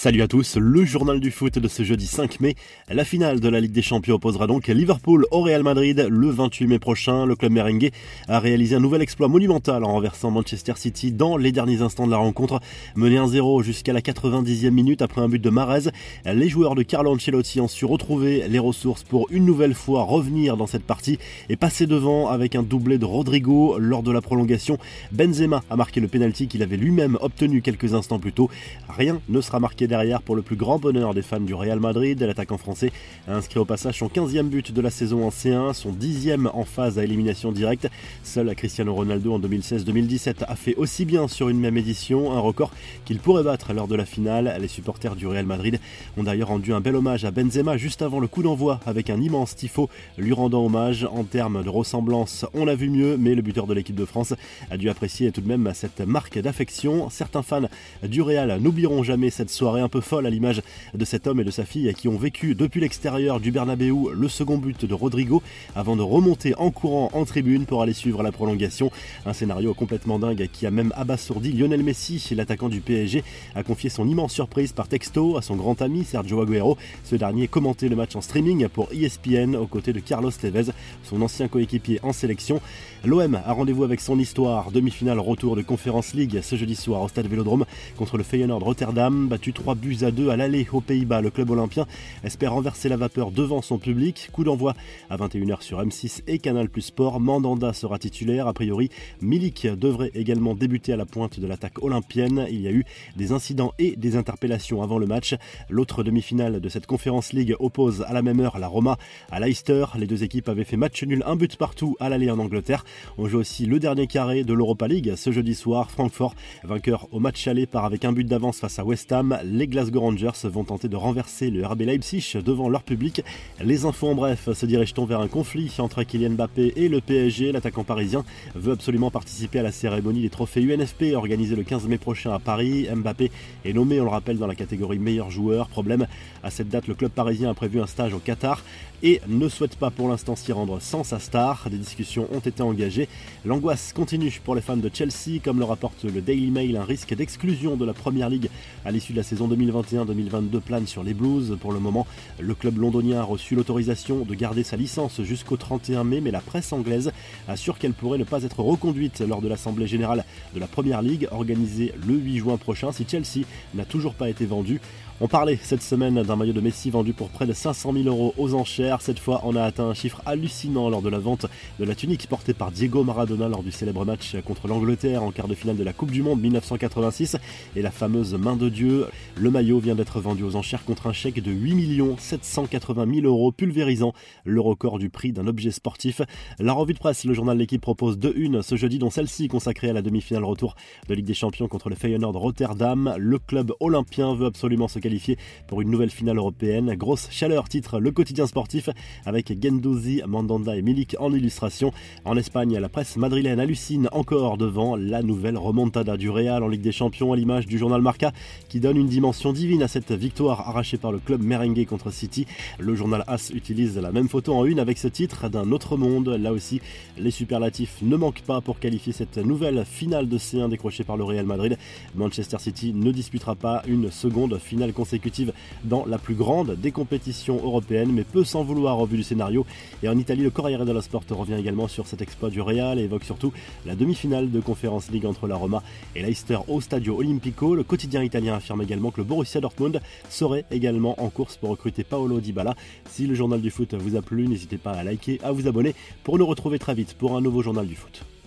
Salut à tous, le journal du foot de ce jeudi 5 mai. La finale de la Ligue des Champions opposera donc Liverpool au Real Madrid le 28 mai prochain. Le club merengue a réalisé un nouvel exploit monumental en renversant Manchester City dans les derniers instants de la rencontre. Mené 1-0 jusqu'à la 90e minute après un but de Mahrez, les joueurs de Carlo Ancelotti ont su retrouver les ressources pour une nouvelle fois revenir dans cette partie et passer devant avec un doublé de Rodrigo lors de la prolongation. Benzema a marqué le pénalty qu'il avait lui-même obtenu quelques instants plus tôt. Rien ne sera marqué derrière pour le plus grand bonheur des fans du Real Madrid. L'attaquant français a inscrit au passage son 15e but de la saison en C1, son 10e en phase à élimination directe. Seul Cristiano Ronaldo en 2016-2017 a fait aussi bien sur une même édition, un record qu'il pourrait battre lors de la finale. Les supporters du Real Madrid ont d'ailleurs rendu un bel hommage à Benzema juste avant le coup d'envoi avec un immense tifo lui rendant hommage. En termes de ressemblance, on a vu mieux, mais le buteur de l'équipe de France a dû apprécier tout de même cette marque d'affection. Certains fans du Real n'oublieront jamais cette soirée un peu folle à l'image de cet homme et de sa fille qui ont vécu depuis l'extérieur du Bernabéu le second but de Rodrigo avant de remonter en courant en tribune pour aller suivre la prolongation. Un scénario complètement dingue qui a même abasourdi Lionel Messi. L'attaquant du PSG a confié son immense surprise par texto à son grand ami Sergio Agüero. Ce dernier commentait le match en streaming pour ESPN aux côtés de Carlos Tevez, son ancien coéquipier en sélection. L'OM a rendez-vous avec son histoire. Demi-finale retour de Conference League ce jeudi soir au stade Vélodrome contre le Feyenoord Rotterdam. Battu 3-2 à l'aller aux Pays-Bas, le club olympien espère renverser la vapeur devant son public. Coup d'envoi à 21h sur M6 et Canal+ Sport. Mandanda sera titulaire. A priori, Milik devrait également débuter à la pointe de l'attaque olympienne. Il y a eu des incidents et des interpellations avant le match. L'autre demi-finale de cette Conference League oppose à la même heure la Roma à Leicester. Les deux équipes avaient fait match nul, un but partout à l'aller en Angleterre. On joue aussi le dernier carré de l'Europa League ce jeudi soir. Francfort, vainqueur au match aller, part avec un but d'avance face à West Ham. Les Glasgow Rangers vont tenter de renverser le RB Leipzig devant leur public. Les infos en bref, se dirige-t-on vers un conflit entre Kylian Mbappé et le PSG? L'attaquant parisien veut absolument participer à la cérémonie des trophées UNFP organisée le 15 mai prochain à Paris. Mbappé est nommé, on le rappelle, dans la catégorie meilleur joueur. Problème, à cette date, le club parisien a prévu un stage au Qatar et ne souhaite pas pour l'instant s'y rendre sans sa star. Des discussions ont été engagées. L'angoisse continue pour les fans de Chelsea. Comme le rapporte le Daily Mail, un risque d'exclusion de la Premier League à l'issue de la saison 2021-2022 plane sur les Blues. Pour le moment, le club londonien a reçu l'autorisation de garder sa licence jusqu'au 31 mai, mais la presse anglaise assure qu'elle pourrait ne pas être reconduite lors de l'Assemblée Générale de la Premier League, organisée le 8 juin prochain, si Chelsea n'a toujours pas été vendu. On parlait cette semaine d'un maillot de Messi vendu pour près de 500 000 € aux enchères. Cette fois, on a atteint un chiffre hallucinant lors de la vente de la tunique portée par Diego Maradona lors du célèbre match contre l'Angleterre en quart de finale de la Coupe du Monde 1986 et la fameuse main de Dieu. Le maillot vient d'être vendu aux enchères contre un chèque de 8 780 000 €, pulvérisant le record du prix d'un objet sportif. La revue de presse, le journal L'Équipe propose 2 unes ce jeudi, dont celle-ci consacrée à la demi-finale retour de Ligue des Champions contre le Feyenoord Rotterdam. Le club olympien veut absolument se qualifier pour une nouvelle finale européenne. Grosse chaleur, titre le quotidien sportif avec Guendouzi, Mandanda et Milik en illustration. En Espagne, la presse madrilène hallucine encore devant la nouvelle remontada du Real en Ligue des Champions, à l'image du journal Marca qui donne une dimension divine à cette victoire arrachée par le club merengue contre City. Le journal AS utilise la même photo en une avec ce titre d'un autre monde. Là aussi, les superlatifs ne manquent pas pour qualifier cette nouvelle finale de C1 décrochée par le Real Madrid. Manchester City ne disputera pas une seconde finale consécutive dans la plus grande des compétitions européennes, mais peut s'en vouloir au vu du scénario. Et en Italie, le Corriere dello Sport revient également sur cet exploit du Real et évoque surtout la demi-finale de Conference League entre la Roma et Leicester au Stadio Olimpico. Le quotidien italien affirme également que le Borussia Dortmund serait également en course pour recruter Paolo Dybala. Si le journal du foot vous a plu, n'hésitez pas à liker, à vous abonner pour nous retrouver très vite pour un nouveau journal du foot.